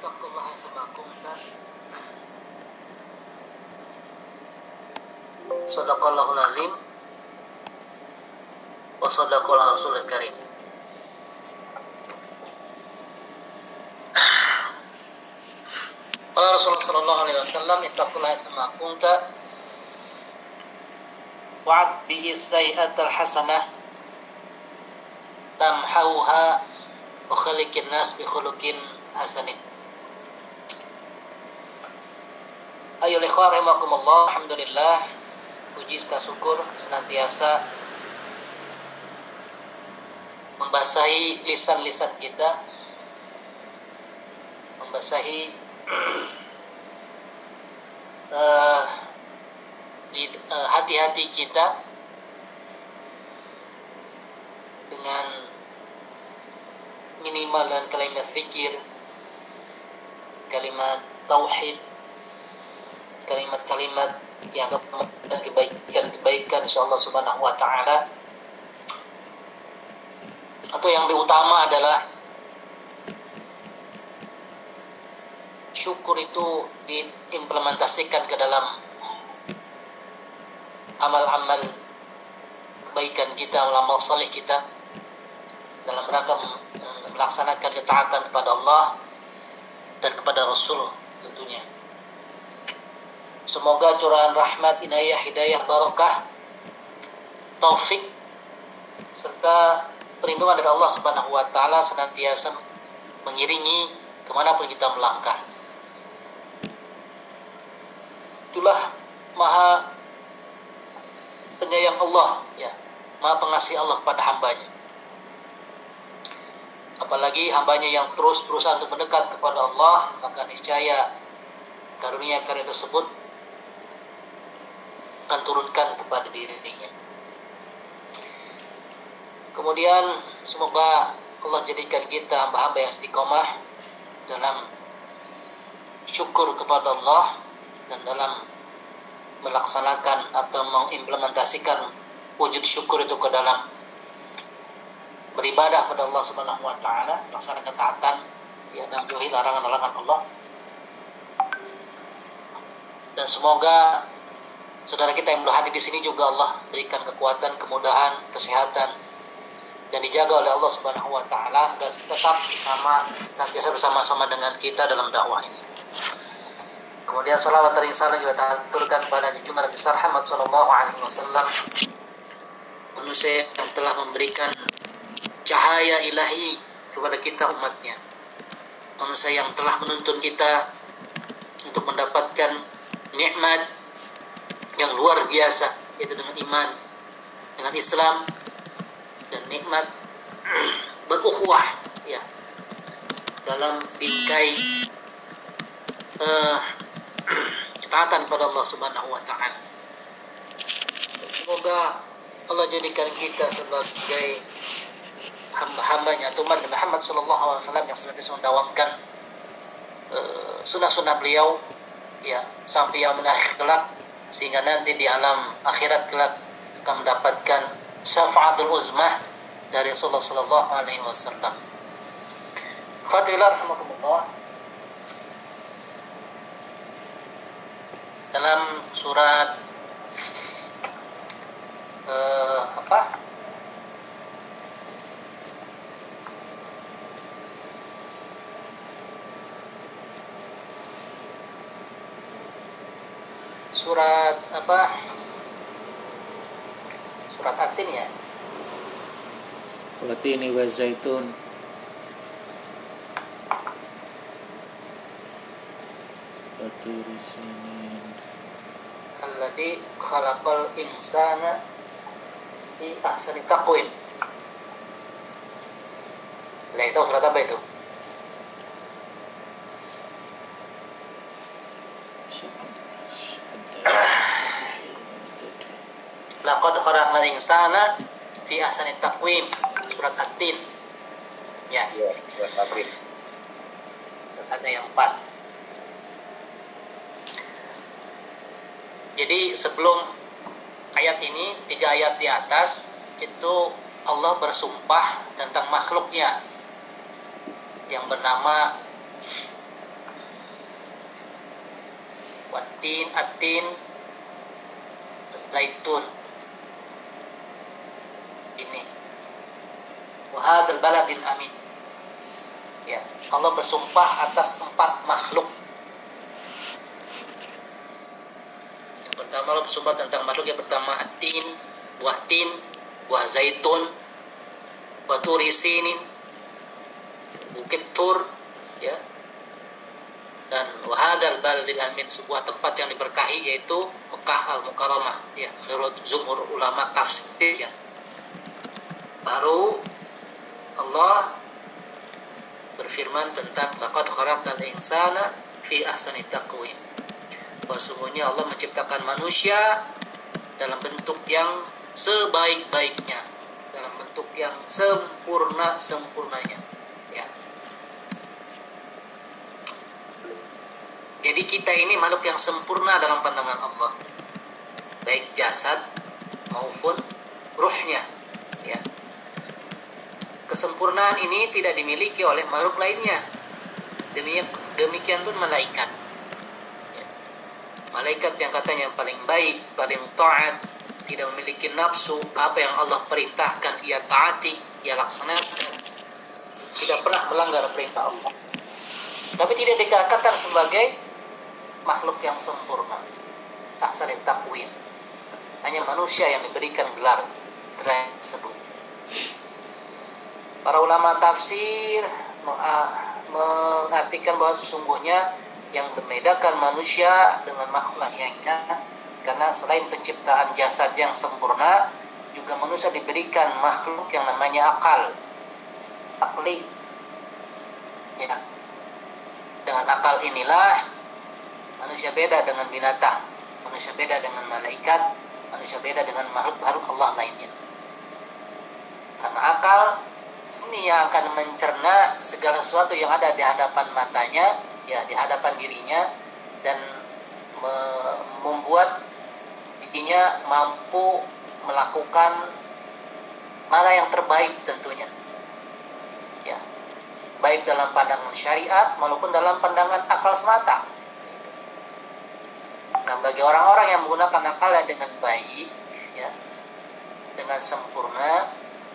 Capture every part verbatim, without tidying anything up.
ittaqullaha kama kuntum. Shadaqallahul azim wa sadaqal rasulul karim. Qala Rasulullah sallallahu alaihi wasallam, ittaqullaha kama kuntum wa'ad bihi sayyi'atal hasanah tamhauha wa khaliqin nas bi khuluqin hasanin. Ayo ikhwan rahimakumullah, alhamdulillah, puji serta syukur senantiasa membasahi lisan-lisan kita, membasahi uh, uh, hati-hati kita dengan minimal dan kalimat zikir, kalimat tauhid, kalimat-kalimat yang dan kebaikan-kebaikan insyaallah subhanahu wa ta'ala. Atau yang lebih utama adalah syukur itu diimplementasikan ke dalam amal-amal kebaikan kita, amal saleh kita, dalam rangka melaksanakan ketaatan kepada Allah dan kepada Rasul tentunya. Semoga curahan rahmat, inayah, hidayah, barakah, taufik serta perlindungan dari Allah Subhanahu wa taala senantiasa mengiringi kemanapun kita melangkah. Itulah maha penyayang Allah, ya, maha pengasih Allah kepada hambanya. Apalagi hambanya yang terus berusaha untuk mendekat kepada Allah, maka niscaya karunia-karunia tersebut akan turunkan kepada dirinya. Kemudian semoga Allah jadikan kita hamba-hamba yang istiqomah dalam syukur kepada Allah dan dalam melaksanakan atau mengimplementasikan wujud syukur itu ke dalam beribadah pada Allah Subhanahu wa taala, melaksanakan ketaatan, ya, dan menjauhi larangan-larangan Allah. Dan semoga saudara kita yang berhadir di sini juga Allah berikan kekuatan, kemudahan, kesehatan, dan dijaga oleh Allah Subhanahu wa taala agar tetap bersama, senantiasa bersama-sama dengan kita dalam dakwah ini. Kemudian salawat dan salam juga aturkan pada junjungan Nabi Muhammad sallallahu alaihi wasallam, manusia yang telah memberikan cahaya ilahi kepada kita umatnya, manusia yang telah menuntun kita untuk mendapatkan nikmat yang luar biasa, yaitu dengan iman, dengan Islam, dan nikmat berukhuwah, ya, dalam bingkai uh, ketaatan pada Allah Subhanahu wa taala. Semoga Allah jadikan kita sebagai hamba-hambanya atau umat Muhammad sallallahu alaihi wasallam yang senantiasa mendawamkan uh, sunnah-sunnah beliau, ya, sampai yang akhir kelak, sehingga nanti di alam akhirat kelak akan mendapatkan syafaatul uzmah dari Rasulullah sallallahu alaihi wasallam. Khatilah rahimakumullah. Dalam surat uh, apa? Surat apa? Surat At-Tin, ya. Watini wa zaitun. Watiri sinin. Alladzi khalaqal insana fi ahsani taqwim. Lah, itu surat apa itu? Laqad khalaqnal insana fi ahsani taqwim, surat At-Tin. Ya, ya, surat At-Tin. Ada yang empat. Jadi sebelum ayat ini, tiga ayat di atas itu Allah bersumpah tentang makhluknya yang bernama watin atin zaitun. Ini wahadal baladil amin. Ya, Allah bersumpah atas empat makhluk. Yang pertama Allah bersumpah tentang makhluk yang pertama atin, buah tin, buah zaitun, batu risinin, bukit tur, ya. Dan wahadal baladil amin, sebuah tempat yang diberkahi, yaitu Mekah al-Mukarramah, ya, menurut jumhur ulama tafsir, ya. Baru Allah berfirman tentang laqad khalaqnal insana fi ahsani taqwim. Bahwa sungguhnya Allah menciptakan manusia dalam bentuk yang sebaik-baiknya, dalam bentuk yang sempurna-sempurnanya, ya. Jadi kita ini makhluk yang sempurna dalam pandangan Allah, baik jasad maupun ruhnya, ya. Kesempurnaan ini tidak dimiliki oleh makhluk lainnya. Demikian, demikian pun malaikat. Ya. Malaikat yang katanya paling baik, paling taat, tidak memiliki nafsu, apa yang Allah perintahkan ia taati, ia laksanakan, tidak pernah melanggar perintah Allah. Tapi tidak dikatakan sebagai makhluk yang sempurna, ahsanit taqwim. Hanya manusia yang diberikan gelar tersebut. Para ulama tafsir mengartikan bahwa sesungguhnya yang membedakan manusia dengan makhluk lainnya, karena selain penciptaan jasad yang sempurna, juga manusia diberikan makhluk yang namanya akal, akli. Ya. Dengan akal inilah manusia beda dengan binatang, manusia beda dengan malaikat, manusia beda dengan makhluk-makhluk Allah lainnya. Karena akal ini yang akan mencerna segala sesuatu yang ada di hadapan matanya, ya, di hadapan dirinya, dan me- membuat dirinya mampu melakukan mana yang terbaik tentunya, ya, baik dalam pandangan syariat maupun dalam pandangan akal semata. Nah, bagi orang-orang yang menggunakan akalnya dengan baik, ya, dengan sempurna,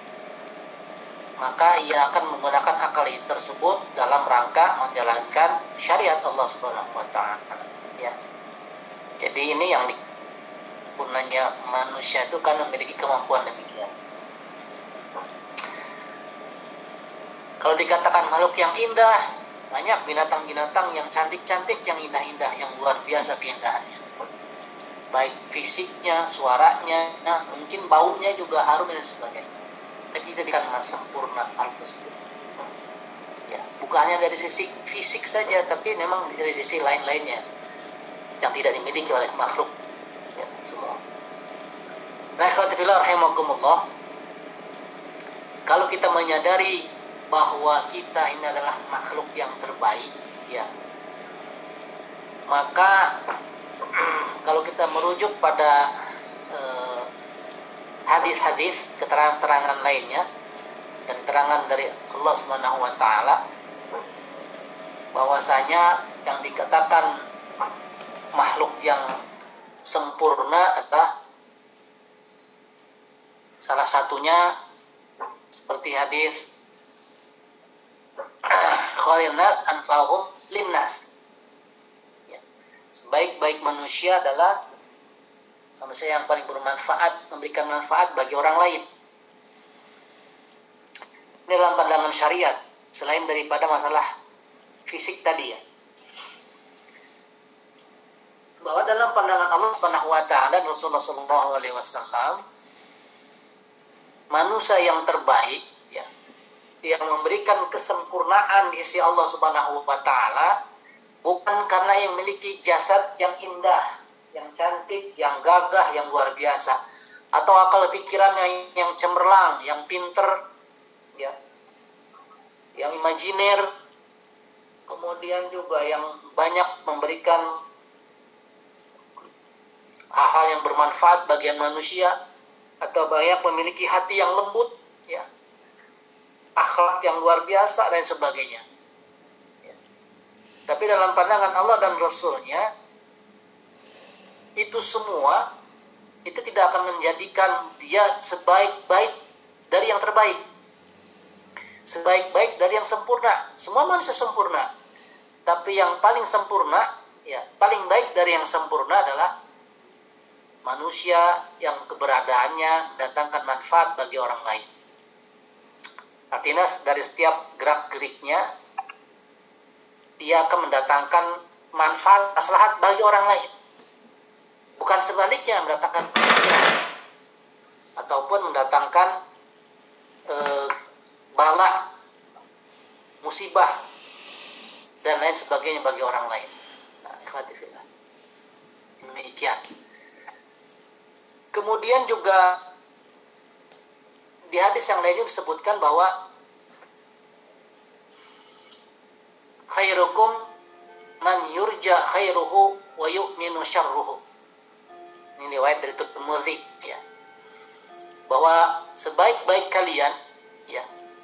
maka ia akan menggunakan akal tersebut dalam rangka menjalankan syariat Allah Subhanahu wa taala, ya. Jadi ini yang gunanya manusia itu kan memiliki kemampuan demikian. Kalau dikatakan makhluk yang indah, banyak binatang-binatang yang cantik-cantik, yang indah-indah, yang luar biasa keindahannya. Baik fisiknya, suaranya, nah, mungkin baunya juga harum dan sebagainya. Tapi tidak dikatakan sempurna hal tersebut. Ya, bukannya dari sisi fisik saja, tapi memang dari sisi lain-lainnya yang tidak dimiliki oleh makhluk, ya, semua. Nah, ikhwatifillah rahimakumullah, kalau kita menyadari bahwa kita ini adalah makhluk yang terbaik, ya, maka kalau kita merujuk pada eh, hadis-hadis, keterangan-keterangan lainnya, dan keterangan dari Allah Subhanahu wa taala, bahwasanya yang dikatakan makhluk yang sempurna adalah salah satunya seperti hadis khairun nas anfa'uhum linnas. Ya. Sebaik-baik manusia adalah manusia yang paling bermanfaat, memberikan manfaat bagi orang lain. Ini dalam pandangan syariat, selain daripada masalah fisik tadi, ya. Bahwa dalam pandangan Allah Subhanahu wa taala dan Rasulullah sallallahu alaihi wasallam, manusia yang terbaik, ya, yang memberikan kesempurnaan di sisi Allah Subhanahu wa taala, bukan karena yang memiliki jasad yang indah, yang cantik, yang gagah, yang luar biasa, atau akal pikirannya yang cemerlang, yang pinter, ya, yang imajiner, kemudian juga yang banyak memberikan hal-hal yang bermanfaat bagi manusia, atau banyak memiliki hati yang lembut, ya, akhlak yang luar biasa dan sebagainya. Ya. Tapi dalam pandangan Allah dan Rasulnya, itu semua itu tidak akan menjadikan dia sebaik-baik dari yang terbaik, sebaik-baik dari yang sempurna. Semua manusia sempurna, tapi yang paling sempurna, ya paling baik dari yang sempurna adalah manusia yang keberadaannya mendatangkan manfaat bagi orang lain. Artinya dari setiap gerak-geriknya dia akan mendatangkan manfaat maslahat bagi orang lain, bukan sebaliknya mendatangkan kerugian ataupun mendatangkan eh, bala, musibah dan lain sebagainya bagi orang lain. Nah, ikhwatifillah. Demikian. Kemudian juga di hadis yang lainnya disebutkan bahwa khairukum man yurja khairuhu wa yu'minu syarruhu. Ini riwayat dari Tirmidzi, ya. Bahwa sebaik-baik kalian, ya.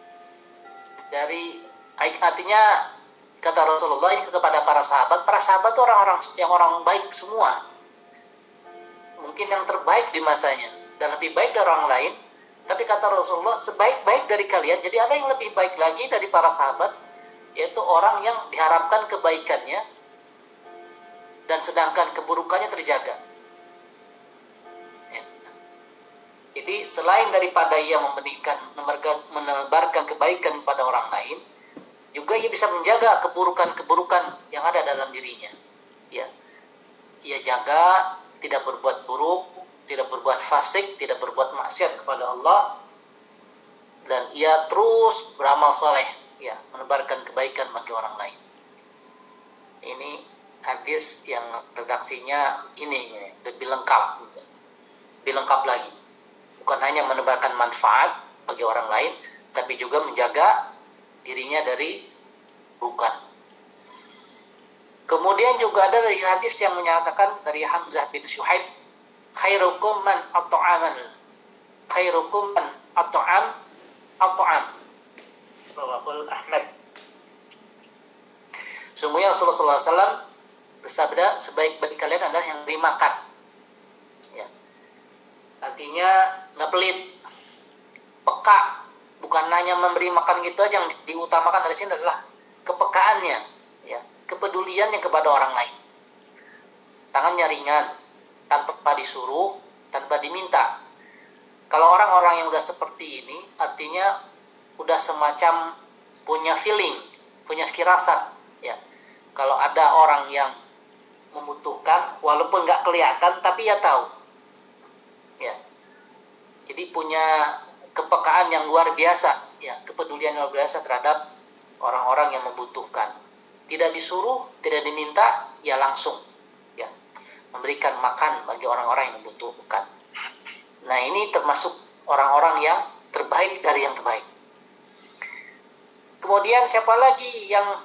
Dari artinya kata Rasulullah ini kepada para sahabat, para sahabat itu orang-orang yang orang baik semua. Mungkin yang terbaik di masanya dan lebih baik dari orang lain. Tapi kata Rasulullah, sebaik-baik dari kalian, jadi ada yang lebih baik lagi dari para sahabat, yaitu orang yang diharapkan kebaikannya dan sedangkan keburukannya terjaga. Ya. Jadi selain daripada ia memberikan, menebarkan kebaikan pada orang lain, juga ia bisa menjaga keburukan-keburukan yang ada dalam dirinya. Ya. Ia jaga, tidak berbuat buruk, tidak berbuat fasik, tidak berbuat maksiat kepada Allah, dan ia terus beramal soleh, ya, menebarkan kebaikan bagi orang lain. Ini hadis yang redaksinya ini ya, lebih lengkap, gitu. Lebih lengkap lagi. Bukan hanya menebarkan manfaat bagi orang lain, tapi juga menjaga dirinya dari bukan. Kemudian juga ada dari hadis yang menyatakan dari Hamzah bin Syuhaib, khairukum man at'aman, khairukum man at'am at'am. Rawahul Ahmad. Sungguhnya Rasulullah sallallahu alaihi wasallam bersabda, sebaik-baik kalian adalah yang beri makan. Ya. Artinya nggak pelit, peka. Bukan hanya memberi makan gitu aja, yang diutamakan dari sini adalah kepekaannya, ya, kepeduliannya kepada orang lain. Tangannya ringan, tanpa disuruh, tanpa diminta. Kalau orang-orang yang udah seperti ini, artinya udah semacam punya feeling, punya firasat, ya. Kalau ada orang yang membutuhkan, walaupun nggak kelihatan, tapi ya tahu, ya. Jadi punya kepekaan yang luar biasa, ya, kepedulian yang luar biasa terhadap orang-orang yang membutuhkan. Tidak disuruh, tidak diminta, ya langsung, ya, memberikan makan bagi orang-orang yang membutuhkan. Nah, ini termasuk orang-orang yang terbaik dari yang terbaik. Kemudian siapa lagi yang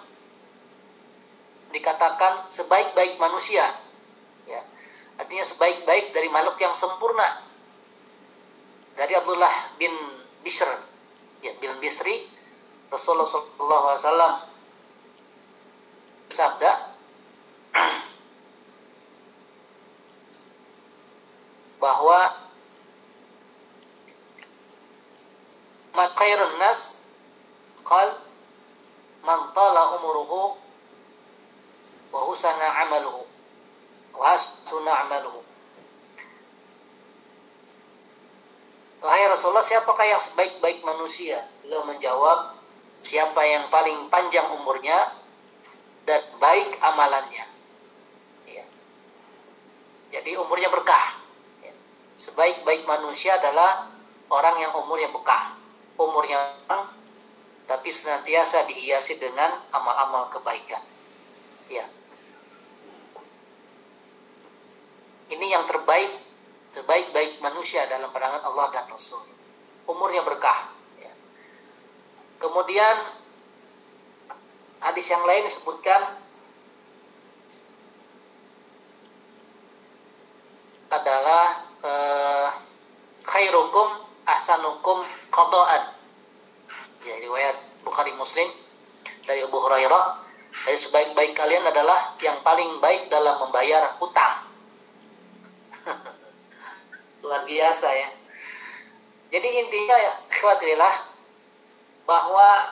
dikatakan sebaik-baik manusia, ya, artinya sebaik-baik dari makhluk yang sempurna? Dari Abdullah bin Bishr, ya, bin Bisri, Rasulullah sallallahu alaihi wasallam bersabda, bahwa man khairun nas qal man tala umruhu wa husana amaluhu wa hasuna amaluhu. Wahai Rasulullah, siapakah yang sebaik-baik manusia? Beliau menjawab, siapa yang paling panjang umurnya dan baik amalannya. Ya. Jadi umurnya berkah. Ya. Sebaik-baik manusia adalah orang yang umurnya berkah, umurnya panjang, tapi senantiasa dihiasi dengan amal-amal kebaikan. Ya. Ini yang terbaik, sebaik-baik manusia dalam pandangan Allah dan Rasul. Umurnya berkah. Ya. Kemudian hadis yang lain disebutkan adalah eh, khairukum ahsanukum qada'an. Ya, riwayat Bukhari Muslim dari Abu Hurairah, dari sebaik-baik kalian adalah yang paling baik dalam membayar hutang. luar biasa ya. Jadi intinya ya, ikhwatillah, bahwa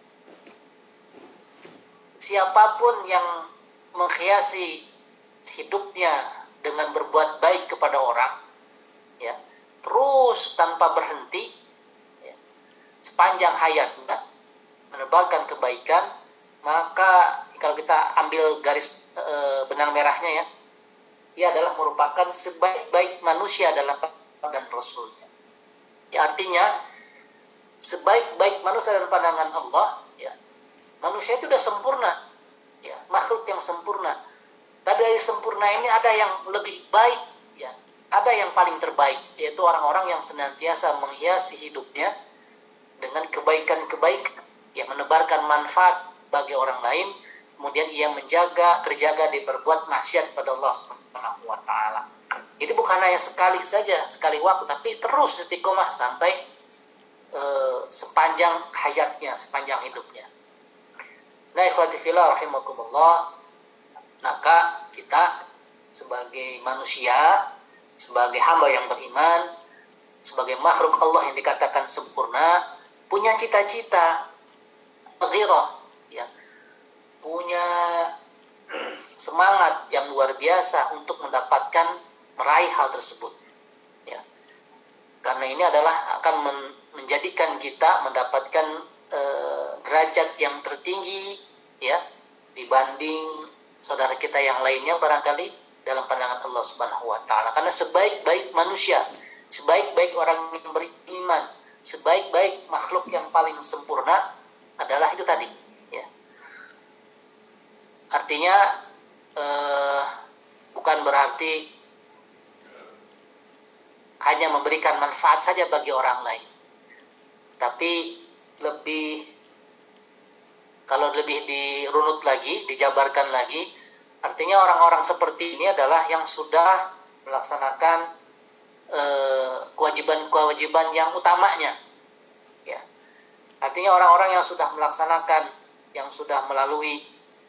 siapapun yang menghiasi hidupnya dengan berbuat baik kepada orang, ya, terus tanpa berhenti, ya, sepanjang hayatnya menebarkan kebaikan, maka kalau kita ambil garis e, benang merahnya ya, ia adalah merupakan sebaik-baik manusia dalam pandangan dan Rasulnya. Ya, artinya sebaik-baik manusia dalam pandangan Allah, ya, manusia itu sudah sempurna, ya, makhluk yang sempurna. Tapi dari sempurna ini ada yang lebih baik, ya, ada yang paling terbaik, yaitu orang-orang yang senantiasa menghiasi hidupnya dengan kebaikan-kebaikan, yang menebarkan manfaat bagi orang lain, kemudian ia menjaga, terjaga di berbuat maksiat pada Allah Subhanahu wa taala. Jadi bukan hanya sekali saja, sekali waktu, tapi terus istiqomah sampai uh, sepanjang hayatnya, sepanjang hidupnya. Nah, ikhwati fillah rahimakumullah, maka kita sebagai manusia, sebagai hamba yang beriman, sebagai makhluk Allah yang dikatakan sempurna, punya cita-cita, ghirah, ya, punya semangat yang luar biasa untuk mendapatkan, meraih hal tersebut, ya. Karena ini adalah akan men- menjadikan kita mendapatkan e, derajat yang tertinggi, ya, dibanding saudara kita yang lainnya barangkali dalam pandangan Allah Subhanahu wa taala. Karena sebaik-baik manusia, sebaik-baik orang yang beriman, sebaik-baik makhluk yang paling sempurna adalah itu tadi, ya. Artinya eh, bukan berarti hanya memberikan manfaat saja bagi orang lain, tapi lebih, kalau lebih dirunut lagi, dijabarkan lagi, artinya orang-orang seperti ini adalah yang sudah melaksanakan eh, kewajiban-kewajiban yang utamanya, ya. Artinya orang-orang yang sudah melaksanakan, yang sudah melalui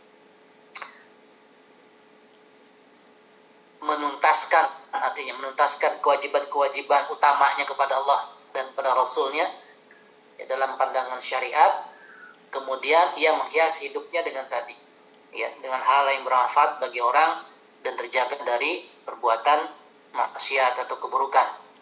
menuntaskan, artinya menuntaskan kewajiban-kewajiban utamanya kepada Allah dan kepada Rasulnya, ya, dalam pandangan syariat. Kemudian ia menghias hidupnya dengan tadi, ya, dengan hal yang bermanfaat bagi orang dan terjaga dari perbuatan maksiat atau keburukan.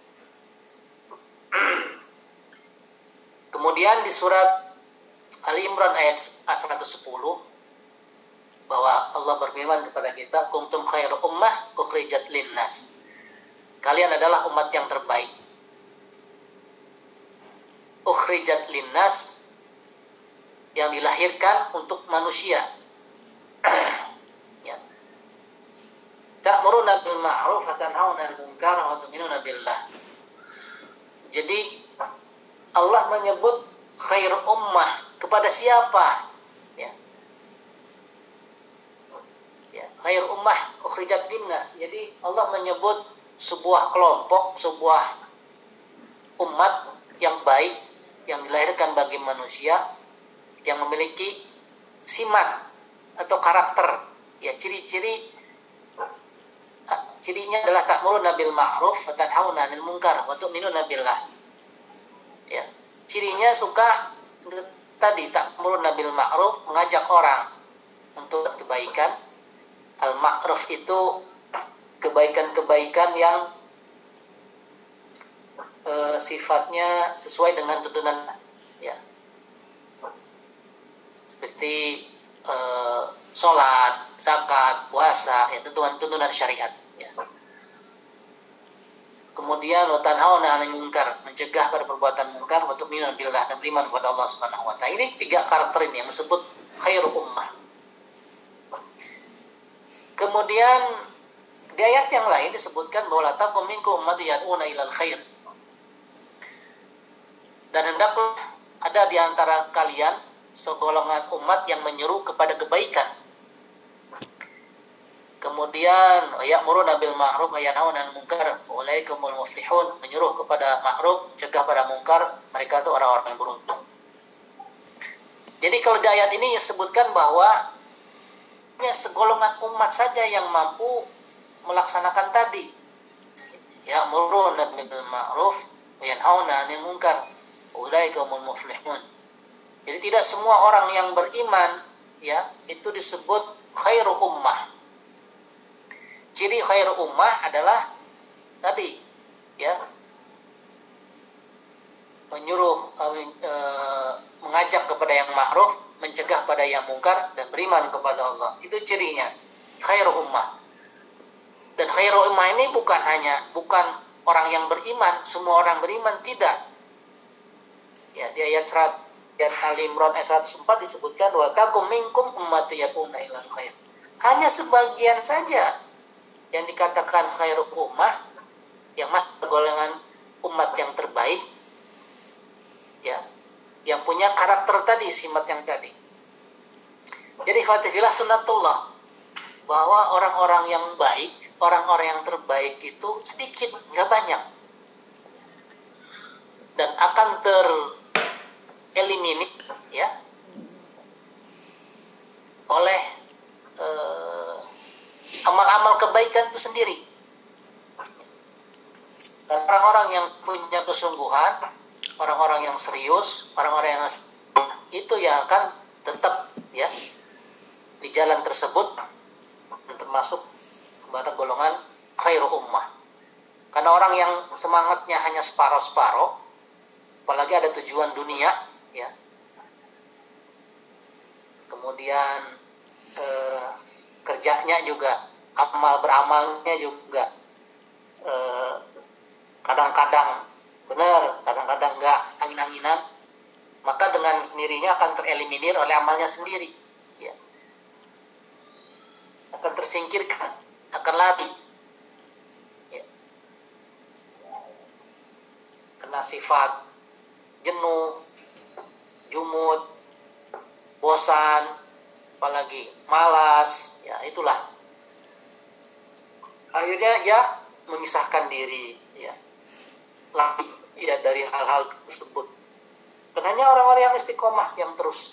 Kemudian di surat Ali Imran ayat seratus sepuluh, bahwa Allah berfirman kepada kita, kuntum khairu ummah ukhrijat linnas, kalian adalah umat yang terbaik. Ukhrijat linnas, yang dilahirkan untuk manusia. Ya. Ta'muruna bil ma'ruf wa tanhauna 'anil munkar wa tu'minuna billah. Jadi Allah menyebut khair ummah kepada siapa? Ya. Ya, khair ummah ukhrijat linnas. Jadi Allah menyebut sebuah kelompok, sebuah umat yang baik, yang dilahirkan bagi manusia, yang memiliki simat atau karakter, ya, ciri-ciri. Cirinya adalah ta'muruna bil ma'ruf wa tanhauna 'anil munkar wa tu'minuna billah. Ya, cirinya suka tadi, ta'muruna bil ma'ruf, mengajak orang untuk kebaikan. Al-ma'ruf itu kebaikan-kebaikan yang e, sifatnya sesuai dengan tuntunan, ya, seperti e, sholat, zakat, puasa, ya, tuntunan-tuntunan syariat, ya. Kemudian wa tanhauna 'anil munkar, mencegah pada perbuatan munkar, wa tu'minuna billah, dan beriman kepada Allah Subhanahu wa taala. Ini tiga karakter ini yang disebut khairu ummah. Kemudian di ayat yang lain disebutkan bahwa la taqum minkum ummatun yad'una ilal khair, dan hendaklah ada di antara kalian segolongan umat yang menyeru kepada kebaikan. Kemudian ya'muruna bil ma'ruf wa yanhauna 'anil munkar ulaikumul muflihun, menyuruh kepada ma'ruf, cegah pada munkar, mereka itu orang-orang yang beruntung. Jadi kalau di ayat ini disebutkan bahwa hanya segolongan umat saja yang mampu melaksanakan tadi, ya'muruna bil ma'ruf wa yanhauna 'anil munkar, ulaika humul muflihun. Jadi tidak semua orang yang beriman ya itu disebut khairu ummah. Ciri khairu ummah adalah tadi ya menyuruh e, mengajak kepada yang ma'ruf, mencegah pada yang mungkar, dan beriman kepada Allah. Itu cirinya khairu ummah. Dan khairu ummah ini bukan hanya bukan orang yang beriman, semua orang beriman, tidak. Ya, di ayat seratus ayat Al-Imran ayat seratus empat disebutkan wa takum minkum ummatun yad'una ilal khair. Hanya sebagian saja yang dikatakan khairu ummah, yang masuk golongan umat yang terbaik, ya, yang punya karakter tadi, simat yang tadi. Jadi khawatirlah sunnatullah, bahwa orang-orang yang baik, orang-orang yang terbaik itu sedikit, nggak banyak, dan akan tereliminir ya oleh eh, amal-amal kebaikan itu sendiri. Dan orang-orang yang punya kesungguhan, orang-orang yang serius, orang-orang yang itu yang akan tetap ya di jalan tersebut, termasuk kepada golongan khairu ummah. Karena orang yang semangatnya hanya separuh-separuh, apalagi ada tujuan dunia ya, kemudian eh, kerjanya juga, amal beramalnya juga eh, kadang-kadang benar, kadang-kadang enggak, angin-anginan, maka dengan sendirinya akan tereliminir oleh amalnya sendiri ya. Akan tersingkirkan, akan lari ya. Kena sifat jenuh, jumud, bosan, apalagi malas ya, itulah akhirnya ya memisahkan diri ya lagi ya dari hal-hal tersebut. Karena orang-orang yang istiqomah, yang terus,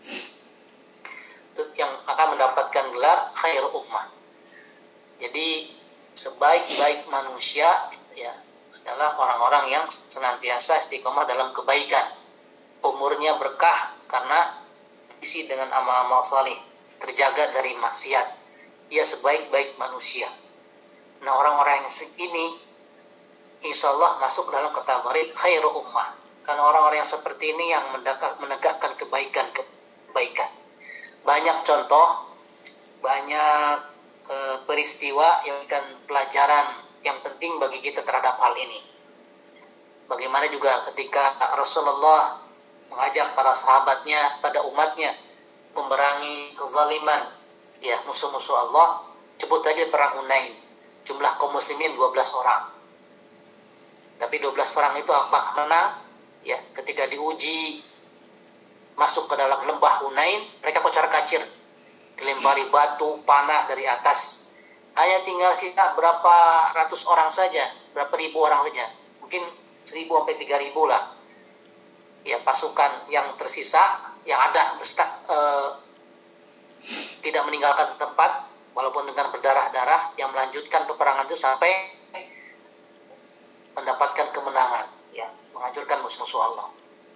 yang akan mendapatkan gelar khairu ummah. Jadi sebaik-baik manusia ya adalah orang-orang yang senantiasa istiqomah dalam kebaikan. Umurnya berkah karena isi dengan amal-amal salih, terjaga dari maksiat. Ia sebaik-baik manusia. Nah, orang-orang yang ini insya Allah masuk dalam kategori khairu ummah. Karena orang-orang yang seperti ini yang menegakkan kebaikan-kebaikan. Banyak contoh, banyak e, peristiwa yang memberikan pelajaran yang penting bagi kita terhadap hal ini. Bagaimana juga ketika Rasulullah mengajak para sahabatnya, pada umatnya, memerangi kezaliman, ya, musuh-musuh Allah. Sebut aja perang Hunain, jumlah kaum muslimin dua belas orang. Tapi dua belas orang itu apakah menang? Ya, ketika diuji masuk ke dalam lembah Hunain, mereka kocar-kacir, dilempari batu, panah dari atas. Hanya tinggal sisa berapa ratus orang saja, berapa ribu orang saja, mungkin seribu sampai tiga ribu lah. Ya, pasukan yang tersisa, yang ada bestak, eh, tidak meninggalkan tempat, walaupun dengan berdarah-darah, yang melanjutkan peperangan itu sampai mendapatkan kemenangan, ya, menghancurkan musuh-musuh Allah.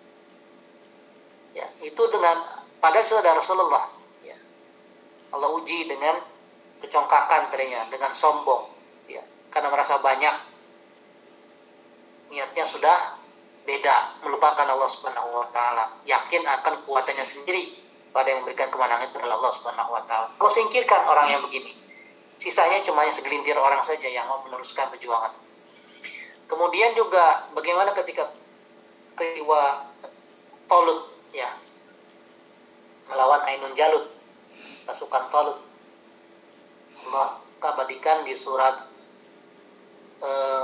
Ya, itu dengan padahal sudah Rasulullah, ya. Allah uji dengan kecongkakan tadinya, dengan sombong, ya, karena merasa banyak, niatnya sudah beda, melupakan Allah Subhanahu wa taala, yakin akan kuatannya sendiri, pada yang memberikan kemenangan itu adalah Allah Subhanahu wa taala. Kalau singkirkan orang yang begini, sisanya cuma segelintir orang saja yang mau meneruskan perjuangan. Kemudian juga bagaimana ketika peristiwa Talut ya melawan Ainun Jalut, pasukan Talut, Allah kabadikan di surat uh,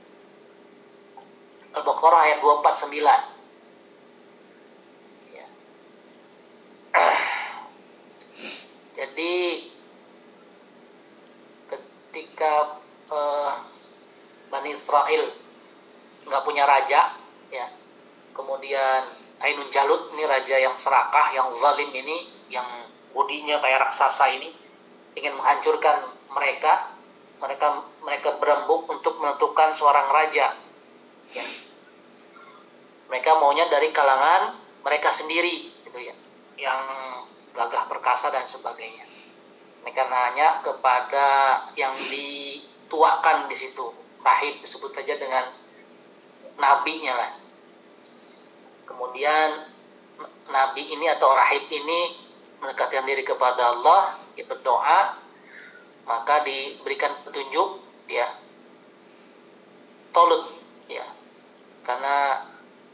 Al-Baqarah ayat dua empat sembilan ya. Jadi ketika uh, Bani Israel nggak punya raja, ya, kemudian Ainun Jalut ini raja yang serakah, yang zalim ini, yang bodinya kayak raksasa ini, ingin menghancurkan mereka, mereka mereka berembuk untuk menentukan seorang raja. Ya. Mereka maunya dari kalangan mereka sendiri, gitu ya, yang gagah perkasa dan sebagainya. Mereka nanya kepada yang dituakan di situ, rahib, disebut saja dengan nabinya lah. Kemudian nabi ini atau rahib ini mendekatkan diri kepada Allah, dia berdoa, maka diberikan petunjuk, ya, Tolut, ya, karena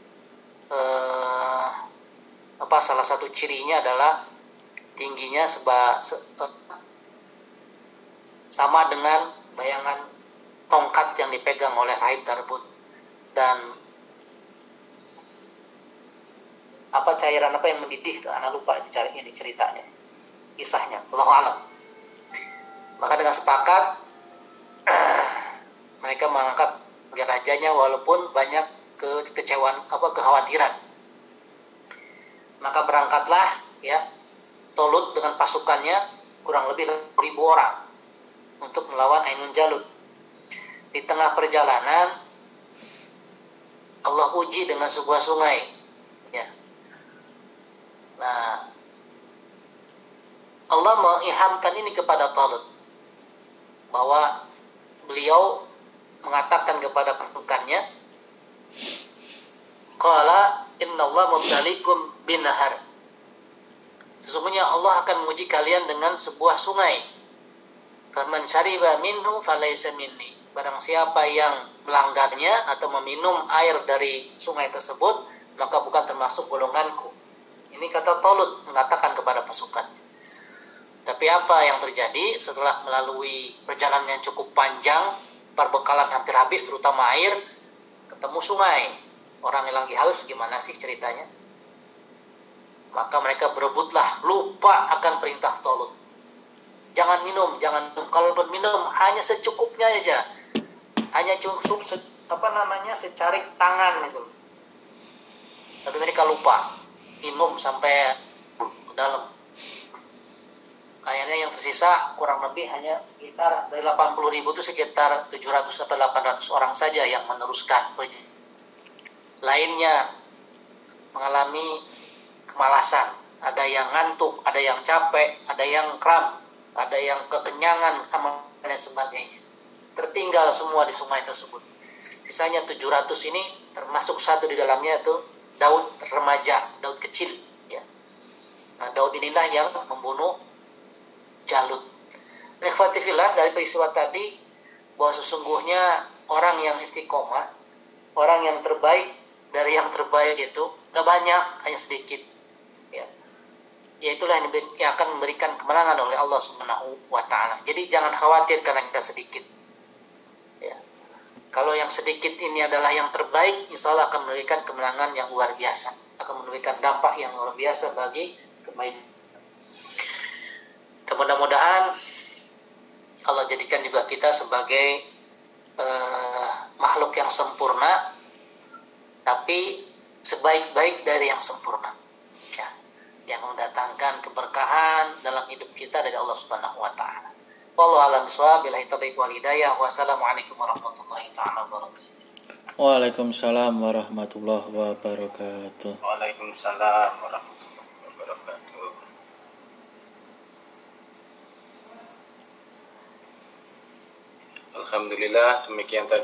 eh, apa salah satu cirinya adalah tingginya seba, se, eh, sama dengan bayangan tongkat yang dipegang oleh rahib tersebut, dan apa cairan apa yang mendidih, anak lupa itu cari ini ceritanya, kisahnya, Allahu a'lam. Maka dengan sepakat mereka mengangkat rajanya walaupun banyak kekecewaan, apa kekhawatiran. Maka berangkatlah, ya, Tolut dengan pasukannya kurang lebih ribu orang untuk melawan Ainun Jalut. Di tengah perjalanan Allah uji dengan sebuah sungai, ya. Nah, Allah mengilhamkan ini kepada Tolut, bahwa beliau mengatakan kepada pasukannya, qala innallaha mubtaliikum binahar, sesungguhnya Allah akan menguji kalian dengan sebuah sungai. Faman syariba minhu falaysa minni, barang siapa yang melanggarnya atau meminum air dari sungai tersebut, maka bukan termasuk golonganku. Ini kata Tolut mengatakan kepada pasukan. Tapi apa yang terjadi setelah melalui perjalanan yang cukup panjang, perbekalan hampir habis, terutama air, ketemu sungai. Orang yang lagi haus, gimana sih ceritanya? Maka mereka berebutlah, lupa akan perintah Tolut. Jangan minum, jangan minum. Kalau berminum hanya secukupnya aja, hanya cukup se, apa namanya secarik tangan itu. Tapi mereka lupa minum sampai dalam. Akhirnya yang tersisa kurang lebih hanya sekitar dari delapan puluh ribu itu sekitar tujuh ratus sampai delapan ratus orang saja yang meneruskan. Lainnya mengalami kemalasan, ada yang ngantuk, ada yang capek, ada yang kram, ada yang kekenyangan, dan sebagainya. Tertinggal semua di sungai tersebut. Sisanya tujuh ratus ini termasuk satu di dalamnya itu Daud remaja, Daud kecil, ya. Nah, Daud inilah yang membunuh Jalut. Ikhwatifillah, dari peristiwa tadi bahwa sesungguhnya orang yang istiqomah, orang yang terbaik dari yang terbaik itu gak banyak, hanya sedikit, ya. Yaitulah yang akan memberikan kemenangan oleh Allah Subhanahu wa taala. Jadi jangan khawatir karena kita sedikit. Ya. Kalau yang sedikit ini adalah yang terbaik, insya Allah akan memberikan kemenangan yang luar biasa, akan memberikan dampak yang luar biasa bagi kebaikan. Mudah-mudahan Allah jadikan juga kita sebagai uh, makhluk yang sempurna, tapi sebaik-baik dari yang sempurna, ya, yang mendatangkan keberkahan dalam hidup kita dari Allah Subhanahu wa taala. Wallahu a'lam bishawab, billahi taufiq wal hidayah. Wassalamualaikum warahmatullahi taala wabarakatuh. Waalaikumsalam warahmatullahi wabarakatuh. Waalaikumsalam warahmatullahi wabarakatuh. Alhamdulillah, demikian tadi